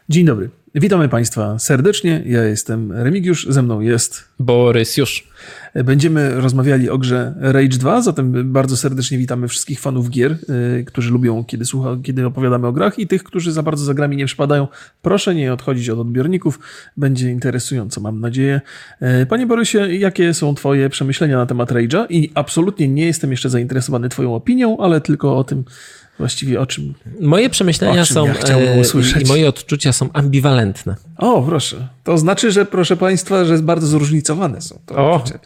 Dzień dobry. Witamy Państwa serdecznie. Ja jestem Remigiusz, ze mną jest Borys już. Będziemy rozmawiali o grze Rage 2, zatem bardzo serdecznie witamy wszystkich fanów gier, którzy lubią, kiedy opowiadamy o grach, i tych, którzy za bardzo za grami nie przypadają. Proszę nie odchodzić od odbiorników, będzie interesująco, mam nadzieję. Panie Borysie, jakie są Twoje przemyślenia na temat Rage'a? I absolutnie nie jestem jeszcze zainteresowany Twoją opinią, ale tylko o tym właściwie o czym... Moje przemyślenia są i moje odczucia są ambiwalentne. O, proszę. To znaczy, że proszę Państwa, że bardzo zróżnicowane są to odczucia.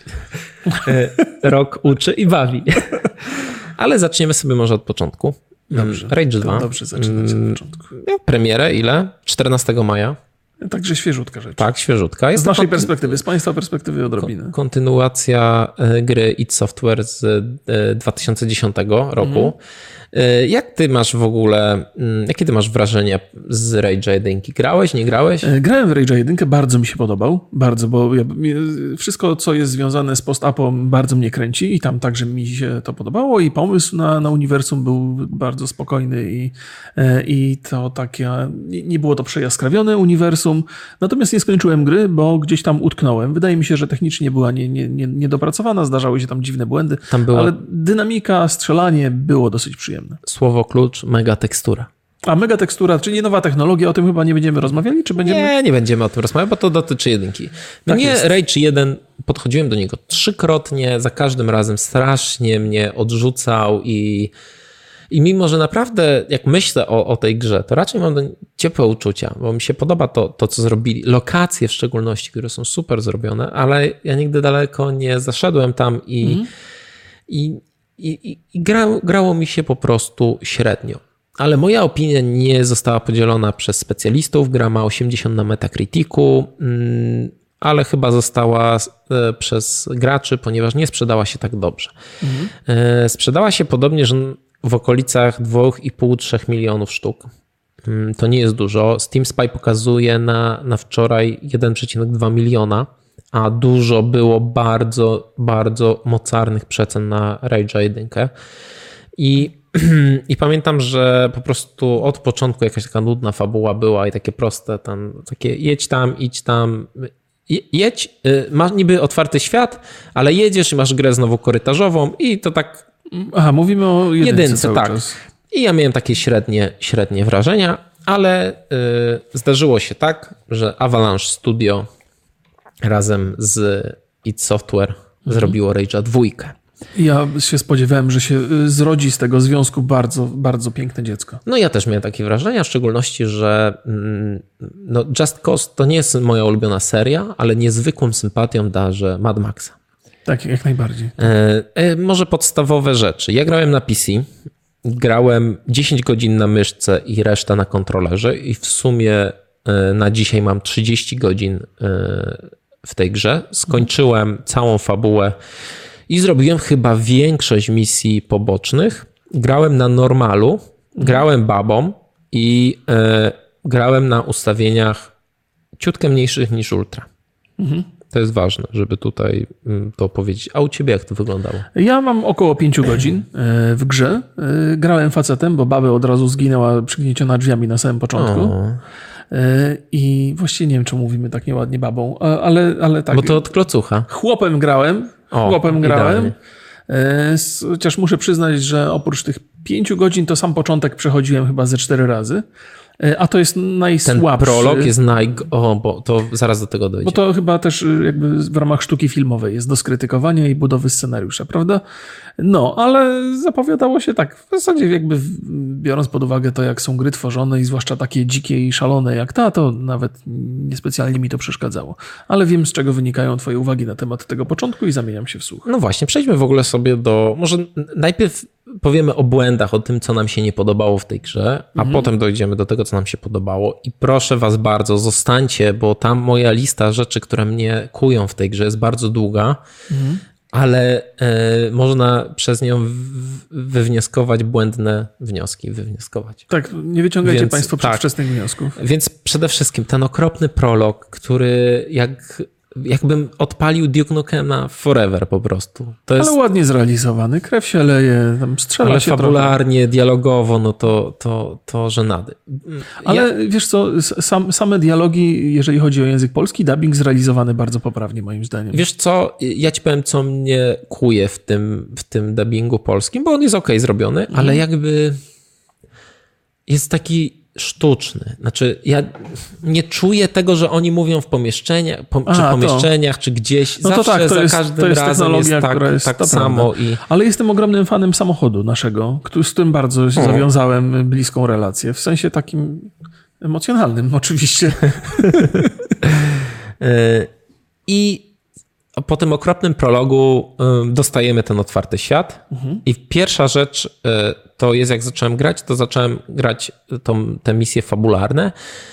Rok uczy i bawi. Ale zaczniemy sobie może od początku. Dobrze. Rage 2. Dobrze zaczynać od początku. Miał premierę ile? 14 maja. Także świeżutka rzecz. Tak, świeżutka. Z naszej perspektywy, z Państwa perspektywy odrobinę. Kontynuacja gry id Software z 2010 roku. Jak ty masz w ogóle, jakie ty masz wrażenia z Rage'a 1? Grałeś, nie grałeś? Grałem w Rage'a 1, bardzo mi się podobał, bardzo, bo wszystko, co jest związane z post-apą, bardzo mnie kręci i tam także mi się to podobało i pomysł na uniwersum był bardzo spokojny i to takie, nie było to przejaskrawione uniwersum, natomiast nie skończyłem gry, bo gdzieś tam utknąłem. Wydaje mi się, że technicznie była niedopracowana, zdarzały się tam dziwne błędy, ale dynamika, strzelanie było dosyć przyjemne. Słowo klucz, mega tekstura. A mega tekstura, czyli nowa technologia, o tym chyba nie będziemy rozmawiali? Czy będziemy? Nie będziemy o tym rozmawiać, bo to dotyczy jedynki. Rage 1, podchodziłem do niego 3-krotnie, za każdym razem strasznie mnie odrzucał i mimo, że naprawdę jak myślę o tej grze, to raczej mam ciepłe uczucia, bo mi się podoba to, co zrobili. Lokacje w szczególności, które są super zrobione, ale ja nigdy daleko nie zaszedłem tam i grało mi się po prostu średnio. Ale moja opinia nie została podzielona przez specjalistów. Gra ma 80 na Metacriticu, ale chyba została przez graczy, ponieważ nie sprzedała się tak dobrze. Sprzedała się podobnie, że w okolicach 2,5-3 milionów sztuk. To nie jest dużo. Steam Spy pokazuje na wczoraj 1,2 miliona. A dużo było bardzo, bardzo mocarnych przecen na Rage'a 1. I pamiętam, że po prostu od początku jakaś taka nudna fabuła była i takie proste, takie jedź tam, idź tam, jedź, masz niby otwarty świat, ale jedziesz i masz grę znowu korytarzową i to tak... Aha, mówimy o jedynce tak. Czas. I ja miałem takie średnie wrażenia, ale zdarzyło się tak, że Avalanche Studio razem z id Software zrobiło Rage'a 2. Ja się spodziewałem, że się zrodzi z tego związku bardzo, bardzo piękne dziecko. No ja też miałem takie wrażenia, w szczególności, że Just Cause to nie jest moja ulubiona seria, ale niezwykłą sympatią darzę Mad Maxa. Tak, jak najbardziej. Może podstawowe rzeczy. Ja grałem na PC, grałem 10 godzin na myszce i reszta na kontrolerze i w sumie na dzisiaj mam 30 godzin w tej grze. Skończyłem całą fabułę i zrobiłem chyba większość misji pobocznych. Grałem na normalu, grałem babą i grałem na ustawieniach ciutkę mniejszych niż ultra. To jest ważne, żeby tutaj to powiedzieć. A u ciebie jak to wyglądało? Ja mam około 5 godzin w grze. Grałem facetem, bo baba od razu zginęła przygnieciona drzwiami na samym początku. I właściwie nie wiem, czemu mówimy tak nieładnie babą, ale tak. Bo to od klocucha. Chłopem grałem. Chociaż muszę przyznać, że oprócz tych 5 godzin to sam początek przechodziłem chyba ze 4 razy. A to jest najsłabszy. Ten prolog jest bo to zaraz do tego dojdzie. Bo to chyba też jakby w ramach sztuki filmowej jest do skrytykowania i budowy scenariusza, prawda? No, ale zapowiadało się tak, w zasadzie jakby biorąc pod uwagę to, jak są gry tworzone i zwłaszcza takie dzikie i szalone jak ta, to nawet niespecjalnie mi to przeszkadzało. Ale wiem, z czego wynikają twoje uwagi na temat tego początku i zamieniam się w słuch. No właśnie, przejdźmy w ogóle sobie może najpierw powiemy o błędach, o tym, co nam się nie podobało w tej grze, a potem dojdziemy do tego, co nam się podobało. I proszę was bardzo, zostańcie, bo tam moja lista rzeczy, które mnie kują w tej grze jest bardzo długa, ale można przez nią wywnioskować błędne wnioski. Tak, nie wyciągajcie Państwo przedwczesnych wniosków. Więc przede wszystkim ten okropny prolog, który jak jakbym odpalił Duke Nukema Forever po prostu. To jest... Ale ładnie zrealizowany, krew się leje, tam strzela ale się fabularnie, dialogowo, no to żenady. Ale wiesz co, same dialogi, jeżeli chodzi o język polski, dubbing zrealizowany bardzo poprawnie moim zdaniem. Wiesz co, ja ci powiem, co mnie kuje w tym dubbingu polskim, bo on jest okej zrobiony, ale jakby jest taki sztuczny. Znaczy, ja nie czuję tego, że oni mówią w pomieszczeniach, czy gdzieś. No zawsze to tak, za jest, każdym razem jest tak samo. Ale jestem ogromnym fanem samochodu naszego, z którym bardzo zawiązałem bliską relację. W sensie takim emocjonalnym oczywiście. I po tym okropnym prologu dostajemy ten otwarty świat i pierwsza rzecz to jest, jak zacząłem grać, to zacząłem grać te misje fabularne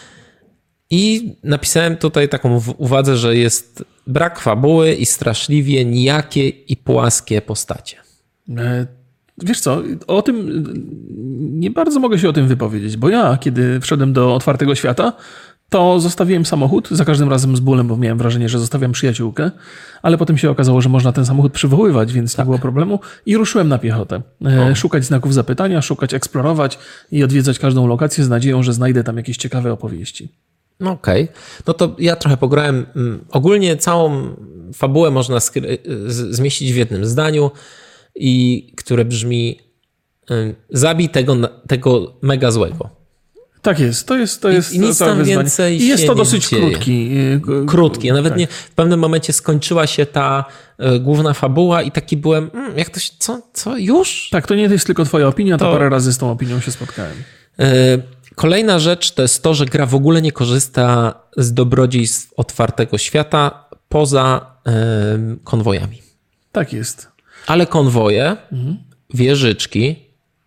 i napisałem tutaj taką uwadze, że jest brak fabuły i straszliwie nijakie i płaskie postacie. Wiesz co, o tym nie bardzo mogę się o tym wypowiedzieć, bo ja, kiedy wszedłem do otwartego świata, to zostawiłem samochód, za każdym razem z bólem, bo miałem wrażenie, że zostawiam przyjaciółkę, ale potem się okazało, że można ten samochód przywoływać, więc nie było problemu i ruszyłem na piechotę. Szukać znaków zapytania, eksplorować i odwiedzać każdą lokację z nadzieją, że znajdę tam jakieś ciekawe opowieści. No okej. No to ja trochę pograłem. Ogólnie całą fabułę można zmieścić w jednym zdaniu, które brzmi zabij tego mega złego. Tak jest, to jest I nic tam więcej i jest to dosyć dzieje. Krótki. Nawet tak. W pewnym momencie skończyła się ta główna fabuła i taki byłem, jak to się, co, już? Tak, to nie jest tylko twoja opinia, to parę razy z tą opinią się spotkałem. Kolejna rzecz to jest to, że gra w ogóle nie korzysta z dobrodziejstw otwartego świata poza konwojami. Tak jest. Ale konwoje, wieżyczki,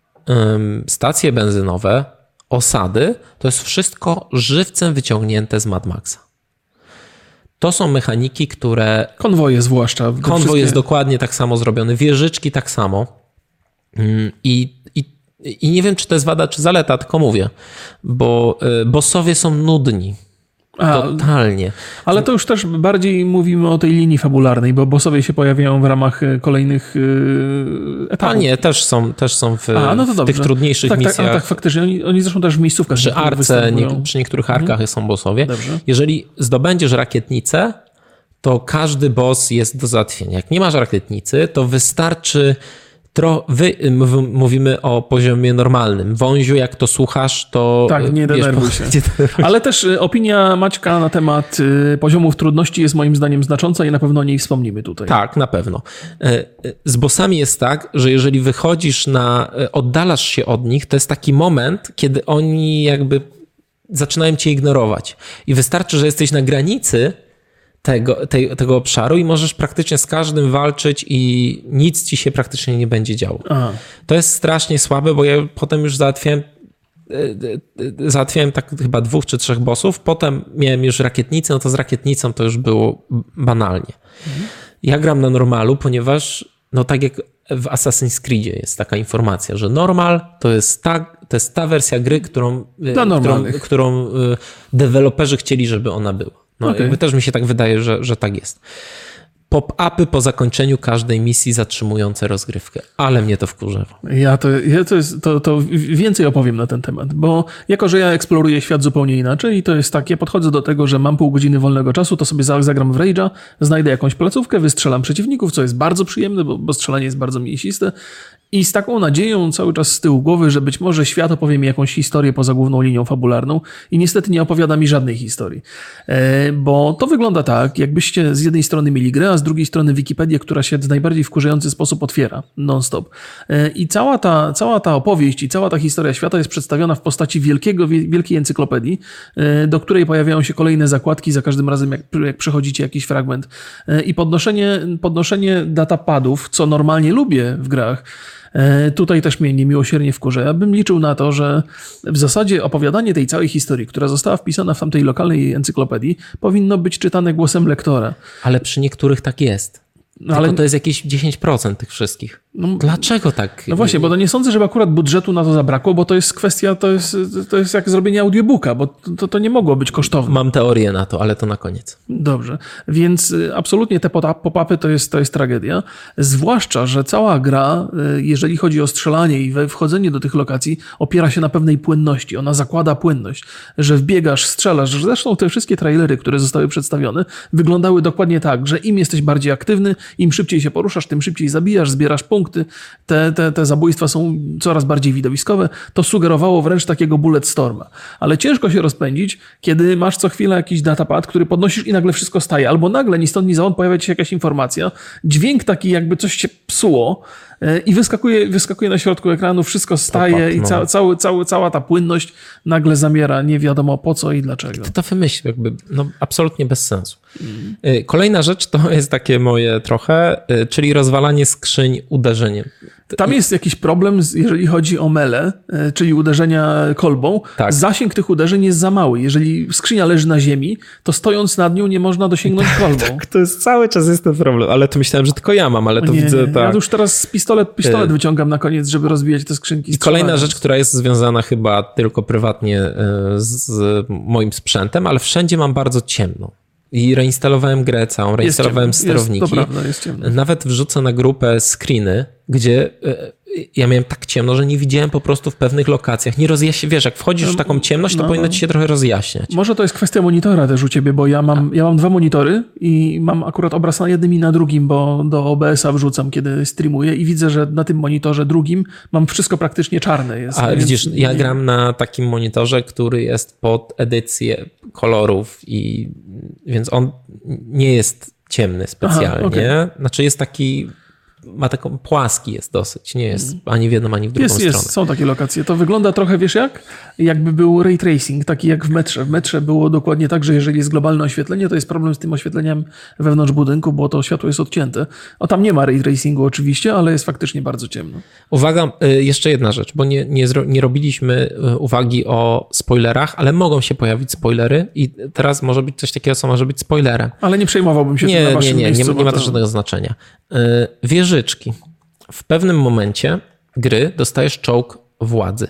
stacje benzynowe, osady, to jest wszystko żywcem wyciągnięte z Mad Maxa. To są mechaniki, które... Konwoje zwłaszcza. Konwoj jest dokładnie tak samo zrobiony, wieżyczki tak samo. I nie wiem, czy to jest wada, czy zaleta, tylko mówię, bo bossowie są nudni. Totalnie. Ale to już też bardziej mówimy o tej linii fabularnej, bo bossowie się pojawiają w ramach kolejnych etapów. A nie, też są w tych trudniejszych misjach. Tak, faktycznie. Oni zresztą też w miejscówkach. Przy arce, przy niektórych arkach są bossowie. Dobrze. Jeżeli zdobędziesz rakietnicę, to każdy boss jest do załatwienia. Jak nie masz rakietnicy, to wystarczy... Mówimy o poziomie normalnym. Wąziu, jak to słuchasz, to... Tak, nie denerwuj się. Ale też opinia Maćka na temat poziomów trudności jest moim zdaniem znacząca i na pewno o niej wspomnimy tutaj. Tak, na pewno. Z bossami jest tak, że jeżeli wychodzisz oddalasz się od nich, to jest taki moment, kiedy oni jakby zaczynają cię ignorować. I wystarczy, że jesteś na granicy tego obszaru i możesz praktycznie z każdym walczyć i nic ci się praktycznie nie będzie działo. Aha. To jest strasznie słabe, bo ja potem już załatwiałem tak chyba 2 czy 3 bossów, potem miałem już rakietnicę, no to z rakietnicą to już było banalnie. Ja gram na normalu, ponieważ no tak jak w Assassin's Creedzie jest taka informacja, że normal to jest ta wersja gry, którą deweloperzy chcieli, żeby ona była. Jakby też mi się tak wydaje, że tak jest. Pop-upy po zakończeniu każdej misji zatrzymujące rozgrywkę. Ale mnie to wkurzało. To więcej opowiem na ten temat, bo jako, że ja eksploruję świat zupełnie inaczej i to jest tak, ja podchodzę do tego, że mam pół godziny wolnego czasu, to sobie zagram w Rage'a, znajdę jakąś placówkę, wystrzelam przeciwników, co jest bardzo przyjemne, bo strzelanie jest bardzo mięsiste i z taką nadzieją cały czas z tyłu głowy, że być może świat opowie mi jakąś historię poza główną linią fabularną i niestety nie opowiada mi żadnej historii. Bo to wygląda tak, jakbyście z jednej strony mieli grę, a z drugiej strony Wikipedię, która się w najbardziej wkurzający sposób otwiera, non-stop. I cała ta opowieść i cała ta historia świata jest przedstawiona w postaci wielkiej encyklopedii, do której pojawiają się kolejne zakładki za każdym razem, jak przechodzicie jakiś fragment. I podnoszenie datapadów, co normalnie lubię w grach, tutaj też mnie niemiłosiernie wkurza. Ja bym liczył na to, że w zasadzie opowiadanie tej całej historii, która została wpisana w tamtej lokalnej encyklopedii, powinno być czytane głosem lektora. Ale przy niektórych tak jest. Ale to jest jakieś 10% tych wszystkich. Dlaczego tak? No właśnie, bo to nie sądzę, żeby akurat budżetu na to zabrakło, bo to jest kwestia, to jest jak zrobienie audiobooka, bo to nie mogło być kosztowne. Mam teorię na to, ale to na koniec. Dobrze, więc absolutnie te pop-upy to jest tragedia, zwłaszcza, że cała gra, jeżeli chodzi o strzelanie i wchodzenie do tych lokacji, opiera się na pewnej płynności. Ona zakłada płynność, że wbiegasz, strzelasz. Zresztą te wszystkie trailery, które zostały przedstawione, wyglądały dokładnie tak, że im jesteś bardziej aktywny, im szybciej się poruszasz, tym szybciej zabijasz, zbierasz punkty. Te zabójstwa są coraz bardziej widowiskowe. To sugerowało wręcz takiego bullet storma. Ale ciężko się rozpędzić, kiedy masz co chwilę jakiś datapad, który podnosisz i nagle wszystko staje. Albo nagle ni stąd ni zowąd pojawia ci się jakaś informacja, dźwięk taki jakby coś się psuło i wyskakuje na środku ekranu, wszystko staje i cała ta płynność nagle zamiera. Nie wiadomo po co i dlaczego. Kto to wymyślił? Jakby, absolutnie bez sensu. Kolejna rzecz to jest takie moje trochę, czyli rozwalanie skrzyń uderzeniem. Tam jest jakiś problem, jeżeli chodzi o melee, czyli uderzenia kolbą. Tak. Zasięg tych uderzeń jest za mały. Jeżeli skrzynia leży na ziemi, to stojąc nad nią nie można dosięgnąć kolbą. Tak, to jest cały czas jest ten problem, ale to myślałem, że tylko ja mam, ale to widzę... Tak. Ja już teraz pistolet wyciągam na koniec, żeby rozbijać te skrzynki. I kolejna rzecz, która jest związana chyba tylko prywatnie z moim sprzętem, ale wszędzie mam bardzo ciemno. I reinstalowałem grę całą, reinstalowałem sterowniki. To prawda, jest ciemno. Nawet wrzucę na grupę screeny, gdzie ja miałem tak ciemno, że nie widziałem po prostu w pewnych lokacjach. Nie rozjaśnia, wiesz, jak wchodzisz w taką ciemność, to powinno ci się trochę rozjaśniać. Może to jest kwestia monitora też u ciebie, bo ja mam 2 monitory i mam akurat obraz na jednym i na drugim, bo do OBS-a wrzucam, kiedy streamuję i widzę, że na tym monitorze drugim mam wszystko praktycznie czarne. A widzisz, ja gram na takim monitorze, który jest pod edycję kolorów więc on nie jest ciemny specjalnie. Okay. Znaczy jest taki... Ma taką płaski jest dosyć, nie jest ani w jedną, ani w drugą stronę. Są takie lokacje. To wygląda trochę, wiesz jak? Jakby był ray tracing, taki jak w metrze. W metrze było dokładnie tak, że jeżeli jest globalne oświetlenie, to jest problem z tym oświetleniem wewnątrz budynku, bo to światło jest odcięte. Tam nie ma ray tracingu oczywiście, ale jest faktycznie bardzo ciemno. Uwaga, jeszcze jedna rzecz, bo nie robiliśmy uwagi o spoilerach, ale mogą się pojawić spoilery i teraz może być coś takiego, co może być spoilerem. Ale nie przejmowałbym się tym na waszym miejscu. Nie ma to żadnego znaczenia. Wieżyczki. W pewnym momencie gry dostajesz czołg władzy.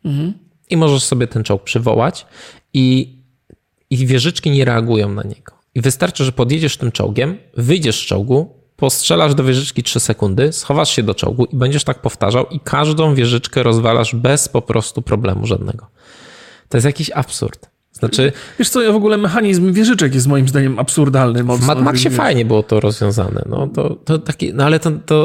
I możesz sobie ten czołg przywołać i wieżyczki nie reagują na niego. I wystarczy, że podjedziesz tym czołgiem, wyjdziesz z czołgu, postrzelasz do wieżyczki 3 sekundy, schowasz się do czołgu i będziesz tak powtarzał i każdą wieżyczkę rozwalasz bez po prostu problemu żadnego. To jest jakiś absurd. Znaczy, wiesz co, w ogóle mechanizm wieżyczek jest moim zdaniem absurdalny. W Mad Maxie fajnie było to rozwiązane. To taki, ale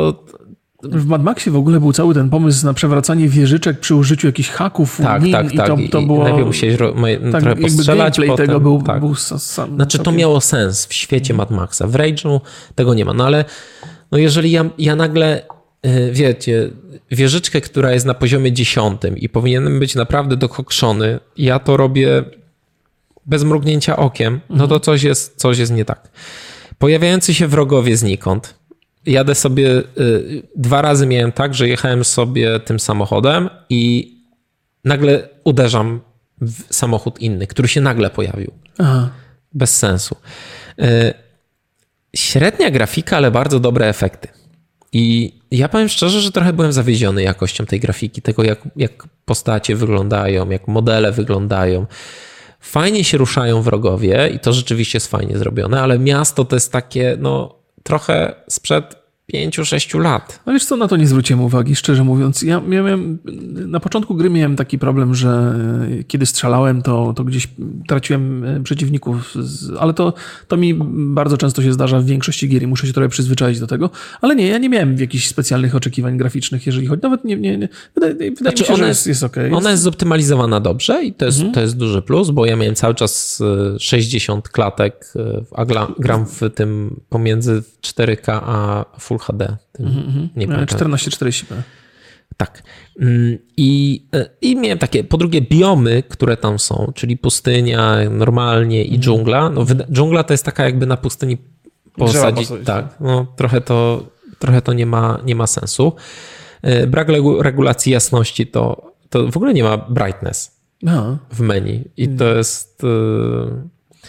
W Mad Maxie w ogóle był cały ten pomysł na przewracanie wieżyczek przy użyciu jakichś haków. Tak. I to było... Najpierw musiałeś trochę postrzelać. Potem, tego był sam. Znaczy to miało sens w świecie Mad Maxa. W Rage'u tego nie ma. No ale jeżeli ja nagle, wiecie, wieżyczkę, która jest na poziomie 10 i powinienem być naprawdę dokokszony, ja to robię bez mrugnięcia okiem, no to coś jest nie tak. Pojawiający się wrogowie znikąd. Jadę sobie, 2 razy miałem tak, że jechałem sobie tym samochodem i nagle uderzam w samochód inny, który się nagle pojawił. Aha. Bez sensu. Średnia grafika, ale bardzo dobre efekty. I ja powiem szczerze, że trochę byłem zawiedziony jakością tej grafiki, tego jak postacie wyglądają, jak modele wyglądają. Fajnie się ruszają wrogowie i to rzeczywiście jest fajnie zrobione, ale miasto to jest takie, trochę sprzed 5-6 lat. No wiesz co, na to nie zwróciłem uwagi, szczerze mówiąc. Ja miałem, na początku gry miałem taki problem, że kiedy strzelałem, to gdzieś traciłem przeciwników, ale to mi bardzo często się zdarza w większości gier i muszę się trochę przyzwyczaić do tego. Ale nie, ja nie miałem jakichś specjalnych oczekiwań graficznych, jeżeli chodzi. Nawet wydaje mi się, że jest okej. Ona jest zoptymalizowana dobrze i to jest duży plus, bo ja miałem cały czas 60 klatek, a gram w tym pomiędzy 4K a Full HD. Nie 1440p. Tak. I miałem takie, po drugie biomy, które tam są, czyli pustynia normalnie i dżungla. Dżungla to jest taka jakby na pustyni posadzić. Tak, trochę to nie ma sensu. Brak regulacji jasności to w ogóle nie ma brightness w menu. I to jest...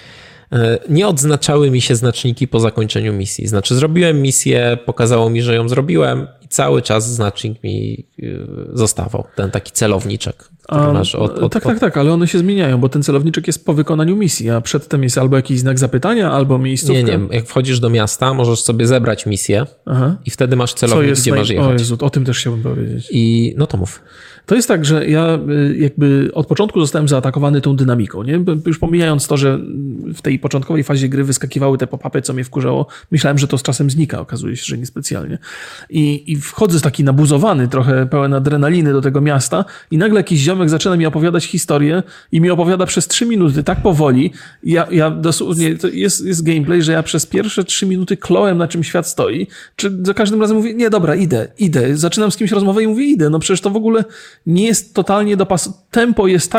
nie odznaczały mi się znaczniki po zakończeniu misji. Znaczy zrobiłem misję, pokazało mi, że ją zrobiłem i cały czas znacznik mi zostawał. Ten taki celowniczek, który masz Tak, ale one się zmieniają, bo ten celowniczek jest po wykonaniu misji, a przedtem jest albo jakiś znak zapytania, albo miejscówka. Nie. Jak wchodzisz do miasta, możesz sobie zebrać misję i wtedy masz celownik, gdzie masz jechać. O Jezu, o tym też chciałbym powiedzieć. I no to mów. To jest tak, że ja jakby od początku zostałem zaatakowany tą dynamiką, nie? Już pomijając to, że w tej początkowej fazie gry wyskakiwały te pop-upy, co mnie wkurzało. Myślałem, że to z czasem znika, okazuje się, że niespecjalnie. I wchodzę taki nabuzowany, trochę pełen adrenaliny do tego miasta i nagle jakiś ziomek zaczyna mi opowiadać historię i mi opowiada przez 3 minuty tak powoli. Ja dosłownie, to jest gameplay, że ja przez pierwsze 3 minuty klołem, na czym świat stoi. Czy za każdym razem mówię, nie, dobra, idę. Zaczynam z kimś rozmowę i mówię, idę. No przecież to w ogóle nie jest totalnie tempo jest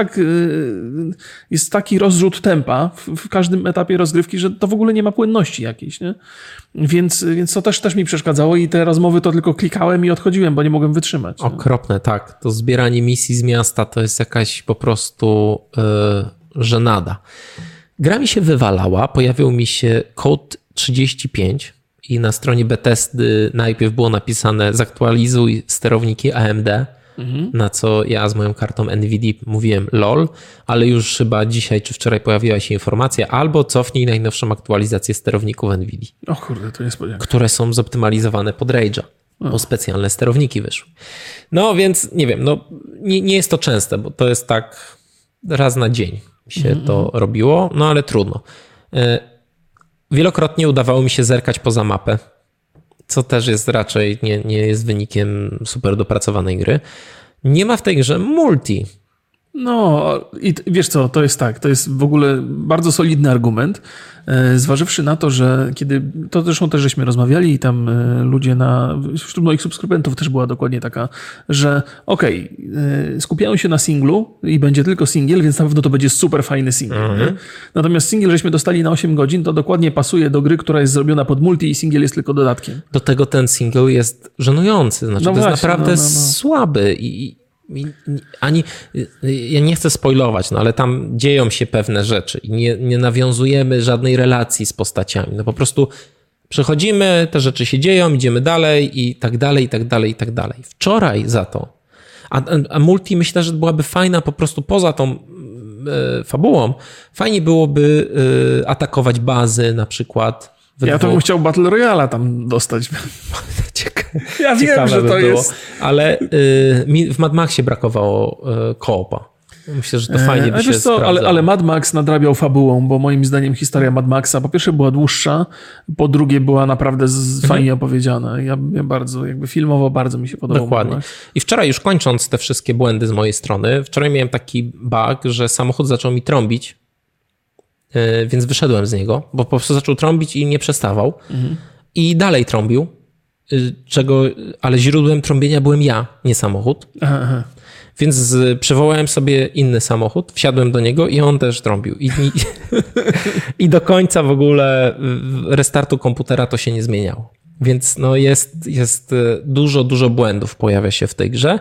taki rozrzut tempa w każdym etapie rozgrywki, że to w ogóle nie ma płynności jakiejś, nie? Więc to też mi przeszkadzało i te rozmowy to tylko klikałem i odchodziłem, bo nie mogłem wytrzymać. Okropne, tak. To zbieranie misji z miasta to jest jakaś po prostu żenada. Gra mi się wywalała, pojawił mi się kod 35 i na stronie Bethesdy najpierw było napisane zaktualizuj sterowniki AMD, na co ja z moją kartą NVIDIA mówiłem lol, ale już chyba dzisiaj czy wczoraj pojawiła się informacja albo cofnij najnowszą aktualizację sterowników NVIDIA. O kurde, to niespodzianka. Które są zoptymalizowane pod Rage'a, bo specjalne sterowniki wyszły. No więc nie wiem, nie jest to częste, bo to jest tak raz na dzień się to robiło, no ale trudno. Wielokrotnie udawało mi się zerkać poza mapę, co też jest raczej nie jest wynikiem super dopracowanej gry. Nie ma w tej grze multi. No i wiesz co, to jest tak, to jest w ogóle bardzo solidny argument, zważywszy na to, że to zresztą też żeśmy rozmawiali i tam ludzie wśród moich subskrybentów też była dokładnie taka, że skupiają się na singlu i będzie tylko singiel, więc na pewno to będzie super fajny singiel. Natomiast singiel żeśmy dostali na 8 godzin, to dokładnie pasuje do gry, która jest zrobiona pod multi i singiel jest tylko dodatkiem. Do tego ten single jest żenujący, znaczy to jest naprawdę słaby ja nie chcę spoilować, ale tam dzieją się pewne rzeczy i nie nawiązujemy żadnej relacji z postaciami. No po prostu przechodzimy, te rzeczy się dzieją, idziemy dalej i tak dalej, i tak dalej, i tak dalej. Wczoraj za to, a multi myślę, że byłaby fajna po prostu poza tą fabułą, fajnie byłoby atakować bazy na przykład. Ja to bym chciał Battle Royale'a tam dostać. Ja wiem, że to jest... Ale mi w Mad Maxie brakowało koopa. Myślę, że to fajnie by się sprawdzało. Ale Mad Max nadrabiał fabułą, bo moim zdaniem historia Mad Maxa po pierwsze była dłuższa, po drugie była naprawdę fajnie opowiedziana. Ja bardzo, filmowo bardzo mi się podobało. Dokładnie. I wczoraj już kończąc te wszystkie błędy z mojej strony, wczoraj miałem taki bug, że samochód zaczął mi trąbić, więc wyszedłem z niego, bo po prostu zaczął trąbić i nie przestawał. I dalej trąbił, ale źródłem trąbienia byłem ja, nie samochód. Aha. Więc przywołałem sobie inny samochód, wsiadłem do niego i on też trąbił. I do końca w ogóle restartu komputera to się nie zmieniało. Więc jest dużo błędów pojawia się w tej grze.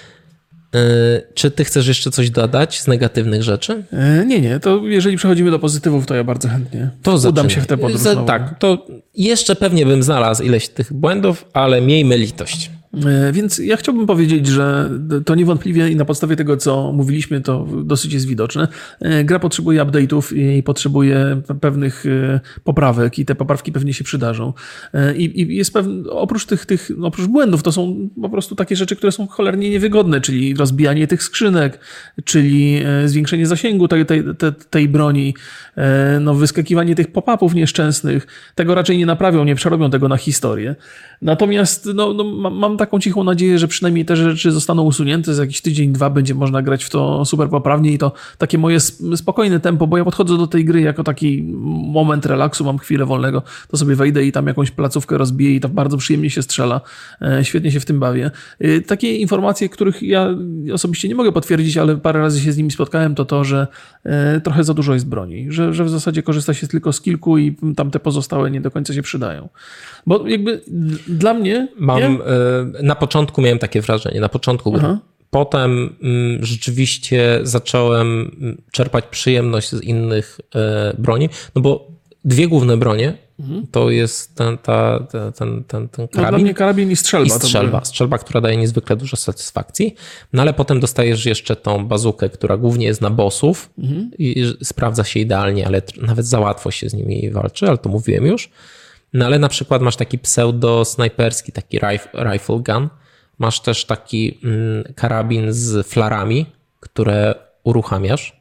Czy ty chcesz jeszcze coś dodać z negatywnych rzeczy? Nie. To jeżeli przechodzimy do pozytywów, to ja bardzo chętnie udam się w tę podróż. Tak, to jeszcze pewnie bym znalazł ileś tych błędów, ale miejmy litość. Więc ja chciałbym powiedzieć, że to niewątpliwie i na podstawie tego, co mówiliśmy, to dosyć jest widoczne. Gra potrzebuje update'ów i potrzebuje pewnych poprawek i te poprawki pewnie się przydarzą. I jest oprócz błędów, to są po prostu takie rzeczy, które są cholernie niewygodne, czyli rozbijanie tych skrzynek, czyli zwiększenie zasięgu tej broni, wyskakiwanie tych pop-upów nieszczęsnych. Tego raczej nie naprawią, nie przerobią tego na historię. Natomiast mam taką cichą nadzieję, że przynajmniej te rzeczy zostaną usunięte. Za jakiś tydzień, 2 będzie można grać w to super poprawnie i to takie moje spokojne tempo, bo ja podchodzę do tej gry jako taki moment relaksu, mam chwilę wolnego, to sobie wejdę i tam jakąś placówkę rozbiję i to bardzo przyjemnie się strzela. Świetnie się w tym bawię. Takie informacje, których ja osobiście nie mogę potwierdzić, ale parę razy się z nimi spotkałem, to, że trochę za dużo jest broni, że w zasadzie korzysta się tylko z kilku i tamte pozostałe nie do końca się przydają. Bo jakby dla mnie... Na początku miałem takie wrażenie, na początku gry. Potem rzeczywiście zacząłem czerpać przyjemność z innych broni, no bo dwie główne bronie to jest ten karabin. No dla mnie karabin i strzelba. Strzelba, która daje niezwykle dużo satysfakcji, no ale potem dostajesz jeszcze tą bazukę, która głównie jest na bossów i sprawdza się idealnie, ale nawet za łatwo się z nimi walczy, ale to mówiłem już. No ale na przykład masz taki pseudo-snajperski, taki rifle gun. Masz też taki karabin z flarami, które uruchamiasz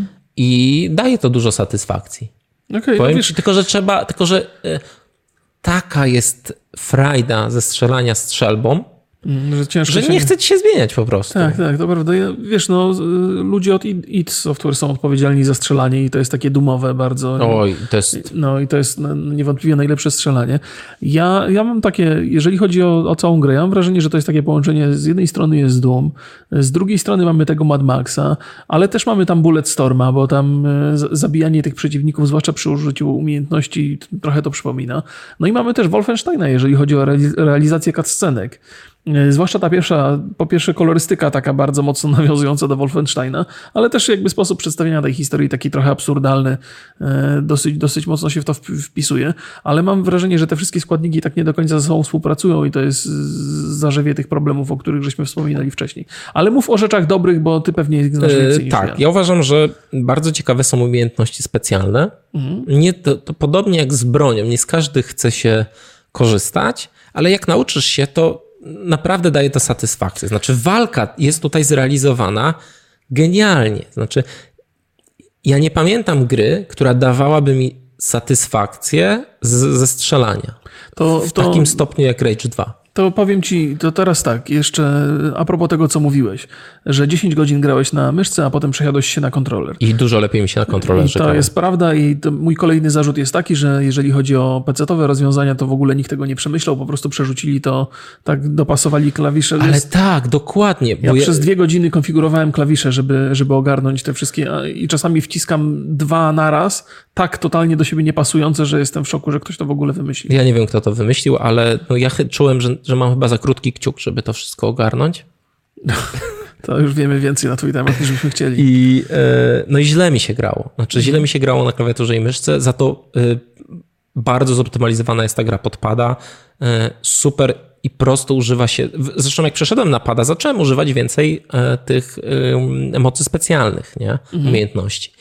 i daje to dużo satysfakcji. Okay, powiem ci, tylko że taka jest frajda ze strzelania strzelbą, że nie chce ci się zmieniać po prostu. Tak, to prawda. Wiesz, ludzie od id Software są odpowiedzialni za strzelanie i to jest takie dumowe bardzo. Oj, to jest... No i to jest niewątpliwie najlepsze strzelanie. Ja mam takie, jeżeli chodzi o całą grę, ja mam wrażenie, że to jest takie połączenie, z jednej strony jest Doom, z drugiej strony mamy tego Mad Maxa, ale też mamy tam Bulletstorma, bo tam zabijanie tych przeciwników, zwłaszcza przy użyciu umiejętności, trochę to przypomina. No i mamy też Wolfensteina, jeżeli chodzi o realizację cutscenek. Zwłaszcza ta pierwsza, po pierwsze kolorystyka taka bardzo mocno nawiązująca do Wolfensteina, ale też jakby sposób przedstawienia tej historii taki trochę absurdalny, dosyć mocno się w to wpisuje, ale mam wrażenie, że te wszystkie składniki tak nie do końca ze sobą współpracują i to jest zarzewie tych problemów, o których żeśmy wspominali wcześniej. Ale mów o rzeczach dobrych, bo ty pewnie znasz więcej niż tak, ja uważam, że bardzo ciekawe są umiejętności specjalne. Nie, to podobnie jak z bronią, nie z każdych chce się korzystać, ale jak nauczysz się, to naprawdę daje to satysfakcję. Znaczy walka jest tutaj zrealizowana genialnie. Znaczy ja nie pamiętam gry, która dawałaby mi satysfakcję ze strzelania. W takim stopniu jak Rage 2. To powiem ci, to teraz tak, jeszcze a propos tego, co mówiłeś, że 10 godzin grałeś na myszce, a potem przesiadłeś się na kontroler. I dużo lepiej mi się na kontrolerze To jest prawda i mój kolejny zarzut jest taki, że jeżeli chodzi o PC-towe rozwiązania, to w ogóle nikt tego nie przemyślał, po prostu przerzucili to, tak dopasowali klawisze. Ale tak, dokładnie. Ja przez 2 godziny konfigurowałem klawisze, żeby ogarnąć te wszystkie i czasami wciskam 2 naraz, tak totalnie do siebie niepasujące, że jestem w szoku, że ktoś to w ogóle wymyślił. Ja nie wiem, kto to wymyślił, ale ja czułem, że mam chyba za krótki kciuk, żeby to wszystko ogarnąć. To już wiemy więcej na twój temat, niż byśmy chcieli. I źle mi się grało. Znaczy źle mi się grało na klawiaturze i myszce, za to bardzo zoptymalizowana jest ta gra pod pada. Super i prosto używa się. Zresztą jak przeszedłem na pada, zacząłem używać więcej tych mocy specjalnych, nie? Umiejętności.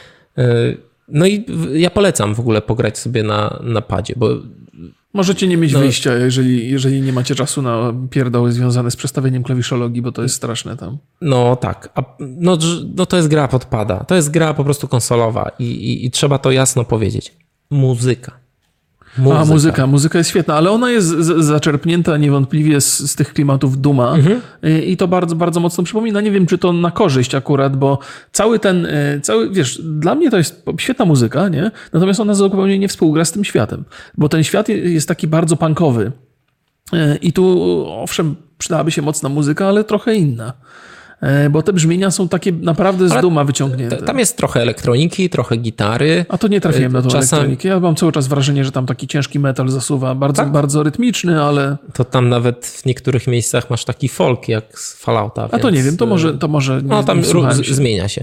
No i ja polecam w ogóle pograć sobie na padzie, bo możecie nie mieć wyjścia, jeżeli nie macie czasu na pierdoły związane z przestawieniem klawiszologii, bo to jest straszne tam. No tak. No to jest gra pod pada. To jest gra po prostu konsolowa i trzeba to jasno powiedzieć. Muzyka. Muzyka jest świetna, ale ona jest zaczerpnięta niewątpliwie z tych klimatów Duma i to bardzo, bardzo mocno przypomina. Nie wiem, czy to na korzyść akurat, bo wiesz, dla mnie to jest świetna muzyka, nie? Natomiast ona zupełnie nie współgra z tym światem, bo ten świat jest taki bardzo punkowy i tu owszem, przydałaby się mocna muzyka, ale trochę inna. Bo te brzmienia są takie naprawdę z Duma wyciągnięte. Tam jest trochę elektroniki, trochę gitary. A to nie trafiłem na tą elektronikę. Ja mam cały czas wrażenie, że tam taki ciężki metal zasuwa. Bardzo, bardzo rytmiczny, ale... To tam nawet w niektórych miejscach masz taki folk jak z Fallouta. A to nie wiem, to może nie, tam zmienia się.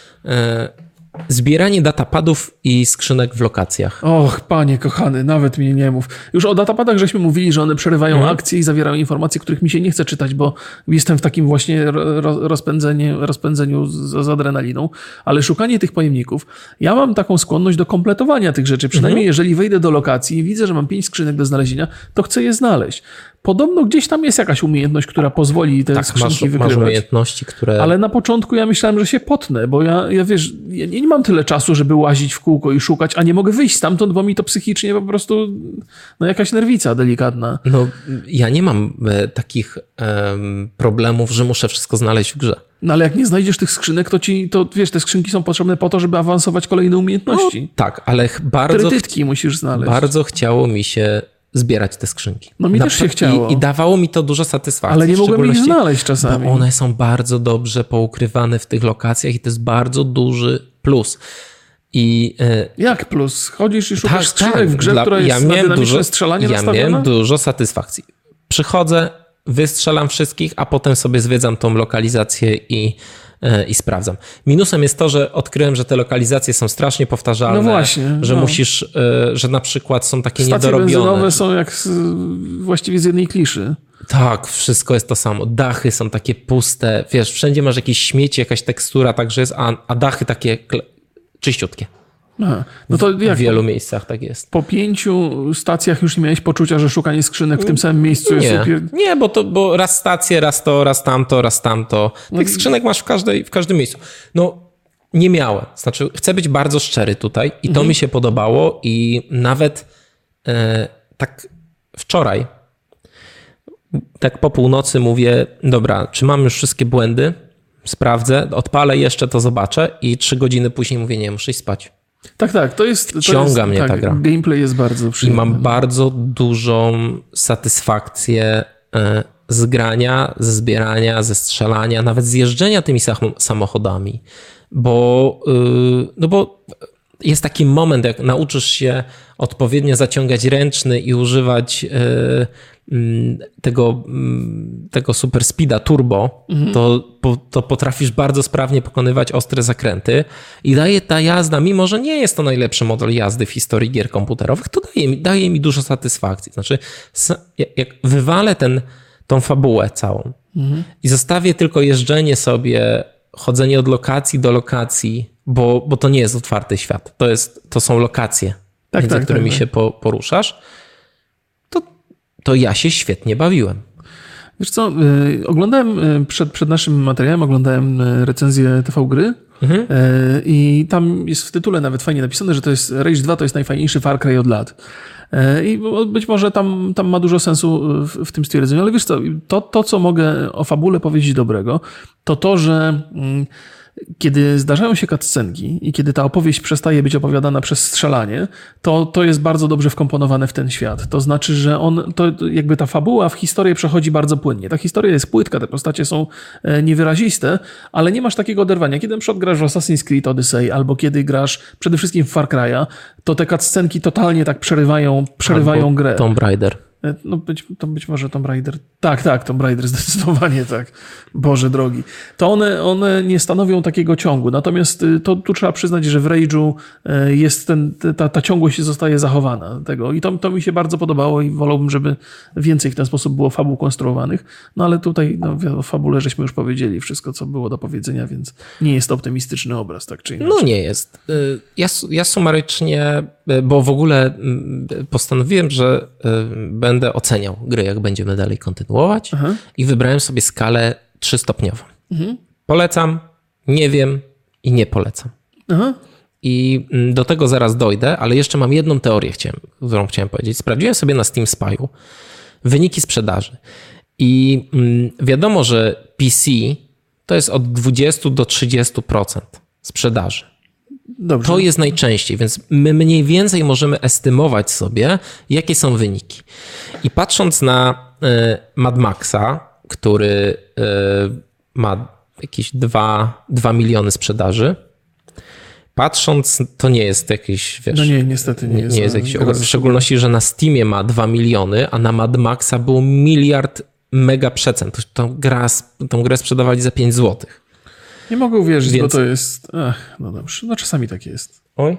Zbieranie datapadów i skrzynek w lokacjach. Och, panie kochany, nawet mnie nie mów. Już o datapadach żeśmy mówili, że one przerywają akcje i zawierają informacje, których mi się nie chce czytać, bo jestem w takim właśnie rozpędzeniu z adrenaliną. Ale szukanie tych pojemników, ja mam taką skłonność do kompletowania tych rzeczy. Przynajmniej jeżeli wejdę do lokacji i widzę, że mam 5 skrzynek do znalezienia, to chcę je znaleźć. Podobno gdzieś tam jest jakaś umiejętność, która pozwoli te skrzynki wykrywać. Masz umiejętności, które... Ale na początku ja myślałem, że się potnę, bo ja wiesz, ja nie mam tyle czasu, żeby łazić w kółko i szukać, a nie mogę wyjść stamtąd, bo mi to psychicznie po prostu jakaś nerwica delikatna. No, ja nie mam takich problemów, że muszę wszystko znaleźć w grze. No ale jak nie znajdziesz tych skrzynek, to wiesz, te skrzynki są potrzebne po to, żeby awansować kolejne umiejętności. No, tak, ale Trytytki musisz znaleźć. Bardzo chciało mi się zbierać te skrzynki. No mi też się chciało. I dawało mi to dużo satysfakcji. Ale nie mogłem ich znaleźć czasami. Bo one są bardzo dobrze poukrywane w tych lokacjach i to jest bardzo duży plus. Jak plus? Chodzisz i szukasz skrzynek w grze, która jest na dynamiczne strzelanie nastawiona? Ja miałem dużo satysfakcji. Przychodzę, wystrzelam wszystkich, a potem sobie zwiedzam tą lokalizację i sprawdzam. Minusem jest to, że odkryłem, że te lokalizacje są strasznie powtarzalne. No właśnie. Że musisz, że na przykład są takie stacje niedorobione. benzynowe są jak właściwie z jednej kliszy. Tak, wszystko jest to samo. Dachy są takie puste. Wiesz, wszędzie masz jakieś śmieci, jakaś tekstura, także jest, a dachy takie czyściutkie. Aha. No to jak w wielu miejscach tak jest. Po 5 stacjach już nie miałeś poczucia, że szukanie skrzynek w tym samym miejscu jest super? Nie, bo raz stację, raz to, raz tamto. Tych skrzynek masz w każdym miejscu. No, nie miałem. Znaczy, chcę być bardzo szczery tutaj i to mi się podobało i nawet tak wczoraj, tak po północy mówię, dobra, czy mam już wszystkie błędy? Sprawdzę, odpalę jeszcze, to zobaczę i 3 godziny później mówię, nie, muszę iść spać. Tak, to jest... Ciąga mnie ta gra. Gameplay jest bardzo przyjemny. I mam bardzo dużą satysfakcję z grania, ze zbierania, ze strzelania, nawet z jeżdżenia tymi samochodami. Bo jest taki moment, jak nauczysz się odpowiednio zaciągać ręczny i używać tego super speeda turbo, to potrafisz bardzo sprawnie pokonywać ostre zakręty i ta jazda, mimo że nie jest to najlepszy model jazdy w historii gier komputerowych, to daje mi dużo satysfakcji. Znaczy, jak wywalę tą fabułę całą i zostawię tylko jeżdżenie sobie, chodzenie od lokacji do lokacji, bo to nie jest otwarty świat, to są lokacje, między którymi się poruszasz, to ja się świetnie bawiłem. Wiesz co, oglądałem przed naszym materiałem, oglądałem recenzję TV Gry i tam jest w tytule nawet fajnie napisane, że to jest Rage 2 to jest najfajniejszy Far Cry od lat. I być może tam ma dużo sensu w tym stwierdzeniu, ale wiesz co, to co mogę o fabule powiedzieć dobrego, to że kiedy zdarzają się cutscenki i kiedy ta opowieść przestaje być opowiadana przez strzelanie, to jest bardzo dobrze wkomponowane w ten świat. To znaczy, że jakby ta fabuła w historię przechodzi bardzo płynnie. Ta historia jest płytka, te postacie są niewyraziste, ale nie masz takiego oderwania. Kiedy na przykład grasz w Assassin's Creed Odyssey albo kiedy grasz przede wszystkim w Far Cry'a, to te cutscenki totalnie tak przerywają grę. Tomb Raider. No być może Tomb Raider. Tak, Tomb Raider zdecydowanie tak. Boże drogi. To one nie stanowią takiego ciągu. Natomiast tu trzeba przyznać, że w Rage'u jest ta ciągłość zostaje zachowana tego. I to mi się bardzo podobało i wolałbym, żeby więcej w ten sposób było fabuł konstruowanych. No ale tutaj o fabule żeśmy już powiedzieli wszystko, co było do powiedzenia, więc nie jest to optymistyczny obraz, tak czy inaczej. No nie jest. Ja sumarycznie, bo w ogóle postanowiłem, że będę oceniał gry, jak będziemy dalej kontynuować i wybrałem sobie skalę 3-stopniową. Polecam, nie wiem i nie polecam. I do tego zaraz dojdę, ale jeszcze mam jedną teorię, którą chciałem powiedzieć. Sprawdziłem sobie na Steam Spy'u wyniki sprzedaży i wiadomo, że PC to jest od 20 do 30% sprzedaży. Dobrze. To jest najczęściej, więc my mniej więcej możemy estymować sobie, jakie są wyniki. I patrząc na Mad Maxa, który ma jakieś 2 miliony sprzedaży, patrząc, to nie jest jakiś, wiesz... No nie, niestety nie jest. Nie jest jakiś, w szczególności, że na Steamie ma 2 miliony, a na Mad Maxa było 1 miliard megaprzecent. Tą grę sprzedawali za 5 złotych. Nie mogę uwierzyć, bo to jest... no dobrze, no czasami tak jest. Oj.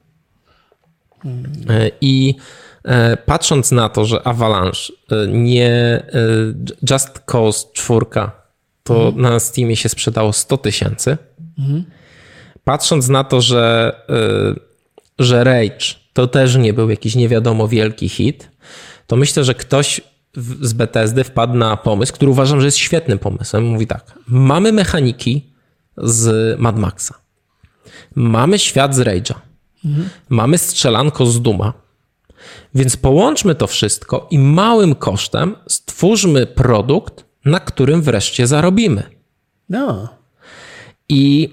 I patrząc na to, że Avalanche nie... Just Cause 4 to na Steamie się sprzedało 100 000. Patrząc na to, że Rage to też nie był jakiś nie wiadomo wielki hit, to myślę, że ktoś z Bethesdy wpadł na pomysł, który uważam, że jest świetnym pomysłem. Mówi tak, mamy mechaniki z Mad Maxa, mamy świat z Rage'a, mamy strzelanko z Duma, więc połączmy to wszystko i małym kosztem stwórzmy produkt, na którym wreszcie zarobimy. No. I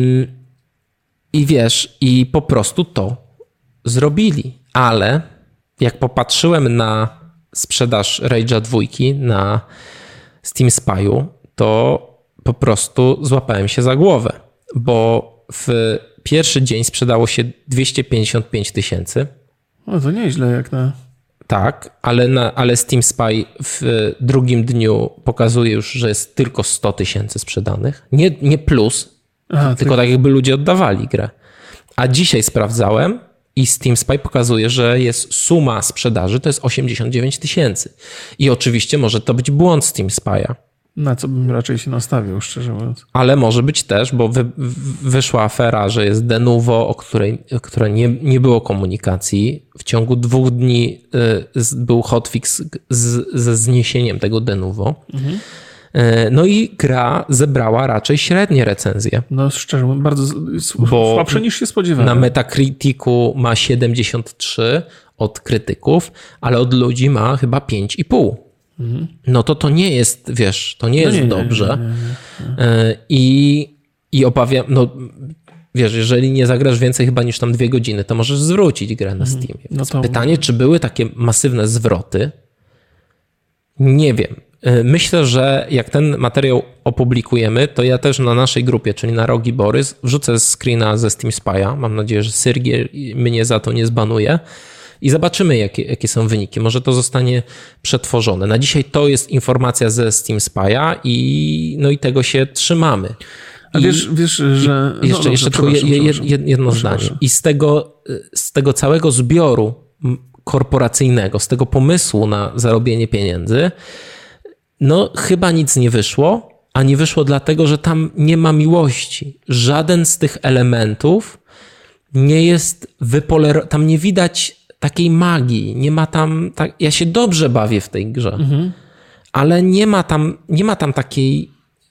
wiesz, i po prostu to zrobili. Ale jak popatrzyłem na sprzedaż Rage'a 2 na Steam Spy'u, to po prostu złapałem się za głowę, bo w pierwszy dzień sprzedało się 255 000. No to nieźle jak na... Tak, ale Steam Spy w drugim dniu pokazuje już, że jest tylko 100 000 sprzedanych. Nie plus, tylko tak jakby ludzie oddawali grę. A dzisiaj sprawdzałem i Steam Spy pokazuje, że jest suma sprzedaży, to jest 89 000. I oczywiście może to być błąd Steam Spy'a. Na co bym raczej się nastawił, szczerze mówiąc. Ale może być też, bo wyszła afera, że jest Denuvo, o której nie było komunikacji. W ciągu 2 dni był hotfix ze zniesieniem tego Denuvo. Mhm. No i gra zebrała raczej średnie recenzje. No szczerze mówiąc, bardzo słabsze niż się spodziewałem. Na Metacriticu ma 73 od krytyków, ale od ludzi ma chyba 5,5. No to nie jest, wiesz, to nie jest dobrze. I obawiam, no wiesz, jeżeli nie zagrasz więcej chyba niż tam 2 godziny, to możesz zwrócić grę na Steamie. No to... Pytanie, czy były takie masywne zwroty? Nie wiem. Myślę, że jak ten materiał opublikujemy, to ja też na naszej grupie, czyli na Rogi Borys, wrzucę screena ze Steam Spy'a. Mam nadzieję, że Syrgiel mnie za to nie zbanuje. I zobaczymy, jakie są wyniki. Może to zostanie przetworzone. Na dzisiaj to jest informacja ze Steam Spy'a i tego się trzymamy. A wiesz, że... Jeszcze tylko jedno zdanie. I z tego całego zbioru korporacyjnego, z tego pomysłu na zarobienie pieniędzy, no chyba nic nie wyszło, a nie wyszło dlatego, że tam nie ma miłości. Żaden z tych elementów nie jest tam nie widać takiej magii, nie ma tam... Ja się dobrze bawię w tej grze, ale nie ma tam takiej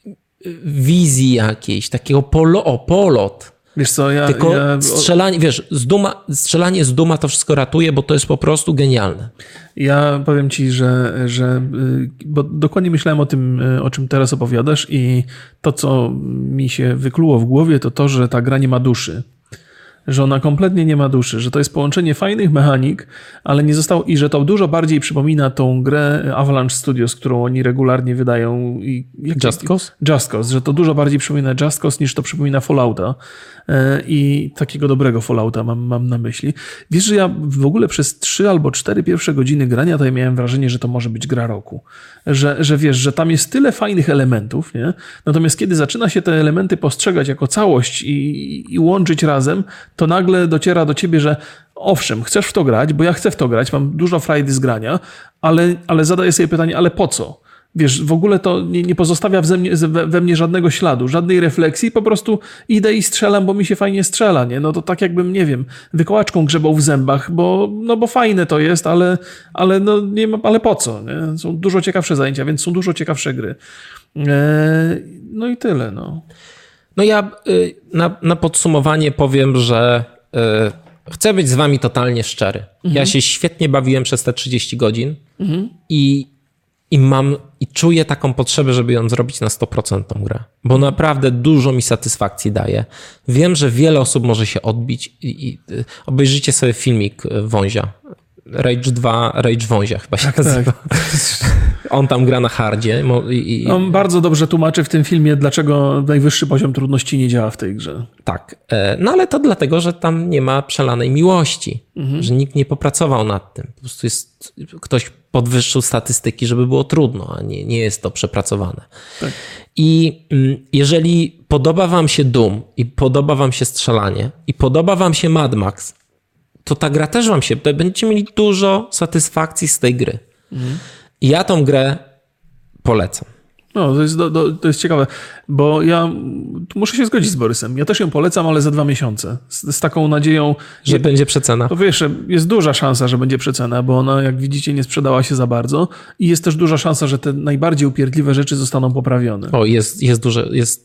wizji jakiejś, takiego polot. Wiesz co, tylko strzelanie, wiesz, strzelanie z duma to wszystko ratuje, bo to jest po prostu genialne. Ja powiem ci, że bo dokładnie myślałem o tym, o czym teraz opowiadasz i to, co mi się wykluło w głowie, to, że ta gra nie ma duszy. Że ona kompletnie nie ma duszy, że to jest połączenie fajnych mechanik, ale nie zostało i że to dużo bardziej przypomina tą grę Avalanche Studios, którą oni regularnie wydają. Just Cause? Just Cause, że to dużo bardziej przypomina Just Cause niż to przypomina Fallouta i takiego dobrego Fallouta mam na myśli. Wiesz, że ja w ogóle przez 3 albo 4 pierwsze godziny grania to ja miałem wrażenie, że to może być gra roku. Że wiesz, że tam jest tyle fajnych elementów, nie? Natomiast kiedy zaczyna się te elementy postrzegać jako całość i łączyć razem, to nagle dociera do ciebie, że owszem, chcesz w to grać, bo ja chcę w to grać, mam dużo frajdy z grania, ale zadaję sobie pytanie, ale po co? Wiesz, w ogóle to nie pozostawia we mnie żadnego śladu, żadnej refleksji, po prostu idę i strzelam, bo mi się fajnie strzela, nie? No to tak jakbym, nie wiem, wykołaczką grzebał w zębach, bo fajne to jest, ale no nie ma, ale po co, nie? Są dużo ciekawsze zajęcia, więc są dużo ciekawsze gry. No i tyle, no. No ja na podsumowanie powiem, że chcę być z wami totalnie szczery. Ja się świetnie bawiłem przez te 30 godzin i czuję taką potrzebę, żeby ją zrobić na 100% tą grę. Bo naprawdę dużo mi satysfakcji daje. Wiem, że wiele osób może się odbić i obejrzyjcie sobie filmik Wązia. Rage 2, Rage Wązia chyba się nazywa. Tak. On tam gra na hardzie. On bardzo dobrze tłumaczy w tym filmie, dlaczego najwyższy poziom trudności nie działa w tej grze. Tak. No ale to dlatego, że tam nie ma przelanej miłości. Że nikt nie popracował nad tym. Po prostu ktoś podwyższył statystyki, żeby było trudno, a nie jest to przepracowane. Tak. I jeżeli podoba wam się Doom i podoba wam się strzelanie i podoba wam się Mad Max, to ta gra też wam się... Będziecie mieli dużo satysfakcji z tej gry. I ja tą grę polecam. No, to jest ciekawe, bo ja muszę się zgodzić z Borysem. Ja też ją polecam, ale za 2 miesiące. Z taką nadzieją... Że będzie przecena. To wiesz, jest duża szansa, że będzie przecena, bo ona, jak widzicie, nie sprzedała się za bardzo i jest też duża szansa, że te najbardziej upierdliwe rzeczy zostaną poprawione. O, jest duże... Jest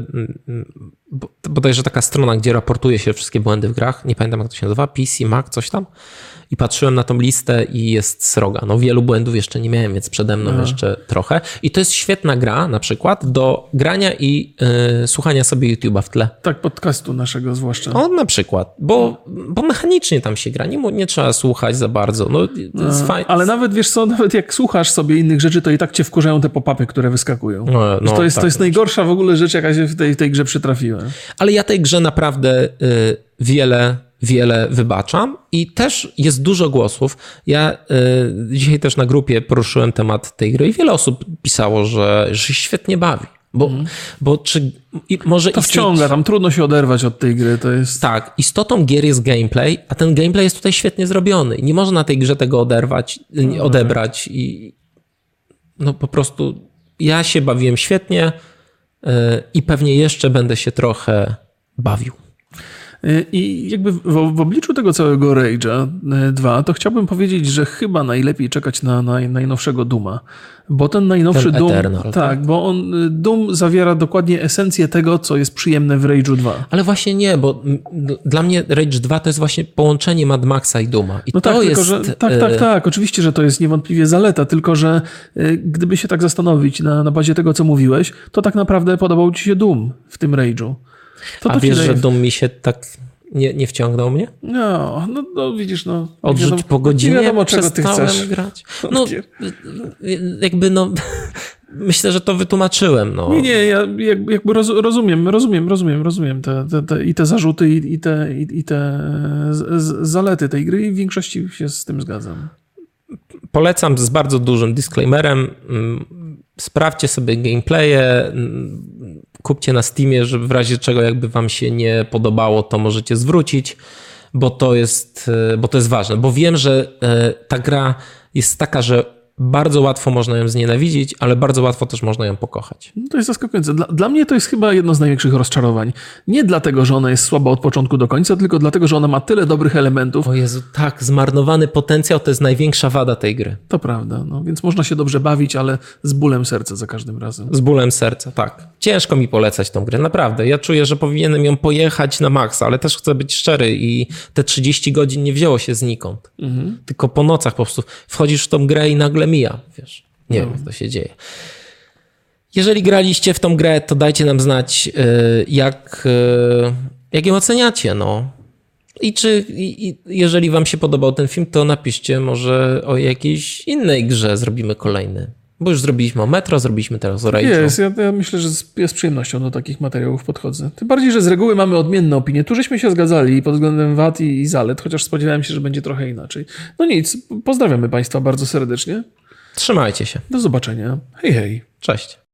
bodajże taka strona, gdzie raportuje się wszystkie błędy w grach. Nie pamiętam, jak to się nazywa. PC, Mac, coś tam. I patrzyłem na tą listę i jest sroga. No wielu błędów jeszcze nie miałem, więc przede mną jeszcze trochę. I to jest świetna gra na przykład do grania i słuchania sobie YouTube'a w tle. Tak, podcastu naszego zwłaszcza. O, na przykład, bo mechanicznie tam się gra. Nie trzeba słuchać za bardzo. No, to jest fajne. Ale nawet, wiesz co, nawet jak słuchasz sobie innych rzeczy, to i tak cię wkurzają te pop-upy, które wyskakują. To jest najgorsza w ogóle rzecz, jaka się w tej grze przytrafiła. Ale ja tej grze naprawdę wiele wybaczam i też jest dużo głosów. Ja dzisiaj też na grupie poruszyłem temat tej gry i wiele osób pisało, że się świetnie bawi. Bo czy może to wciąga, tam trudno się oderwać od tej gry, to jest... Tak, istotą gier jest gameplay, a ten gameplay jest tutaj świetnie zrobiony. Nie można tej grze tego odebrać i no po prostu ja się bawiłem świetnie i pewnie jeszcze będę się trochę bawił. I jakby w obliczu tego całego Rage'a 2, to chciałbym powiedzieć, że chyba najlepiej czekać na najnowszego Dooma. Bo ten najnowszy Doom, Eternal, tak, bo Doom zawiera dokładnie esencję tego, co jest przyjemne w Rage'u 2. Ale właśnie nie, bo dla mnie Rage 2 to jest właśnie połączenie Mad Maxa i Dooma. I no to tak, jest... tylko, że, tak, oczywiście, że to jest niewątpliwie zaleta, tylko że gdyby się tak zastanowić na bazie tego, co mówiłeś, to tak naprawdę podobał ci się Doom w tym Rage'u. A wiesz, że Doom mi się tak nie wciągnął mnie? No widzisz, no. Odrzuć po godzinie, nie wiadomo, czego ty przestałem chcesz grać. No, jakby myślę, że to wytłumaczyłem. No. Nie, ja jakby rozumiem i te zarzuty i te zalety tej gry i w większości się z tym zgadzam. Polecam z bardzo dużym disclaimerem. Sprawdźcie sobie gameplaye, kupcie na Steamie, żeby w razie czego jakby wam się nie podobało, to możecie zwrócić, bo to jest ważne. Bo wiem, że ta gra jest taka, że bardzo łatwo można ją znienawidzić, ale bardzo łatwo też można ją pokochać. No to jest zaskakujące. Dla mnie to jest chyba jedno z największych rozczarowań. Nie dlatego, że ona jest słaba od początku do końca, tylko dlatego, że ona ma tyle dobrych elementów. O Jezu, tak, zmarnowany potencjał to jest największa wada tej gry. To prawda, no więc można się dobrze bawić, ale z bólem serca za każdym razem. Z bólem serca, tak. Ciężko mi polecać tą grę, naprawdę. Ja czuję, że powinienem ją pojechać na maksa, ale też chcę być szczery i te 30 godzin nie wzięło się znikąd. Tylko po nocach po prostu wchodzisz w tą grę i nagle mija, wiesz. Nie wiem, jak to się dzieje. Jeżeli graliście w tą grę, to dajcie nam znać, jak ją oceniacie, no. Jeżeli wam się podobał ten film, to napiszcie może o jakiejś innej grze zrobimy kolejny. Bo już zrobiliśmy o Metro, zrobiliśmy teraz o Rage'u. Ja myślę, że z przyjemnością do takich materiałów podchodzę. Tym bardziej, że z reguły mamy odmienne opinie. Tu żeśmy się zgadzali pod względem wad i zalet, chociaż spodziewałem się, że będzie trochę inaczej. No nic, pozdrawiamy Państwa bardzo serdecznie. Trzymajcie się. Do zobaczenia. Hej, hej. Cześć.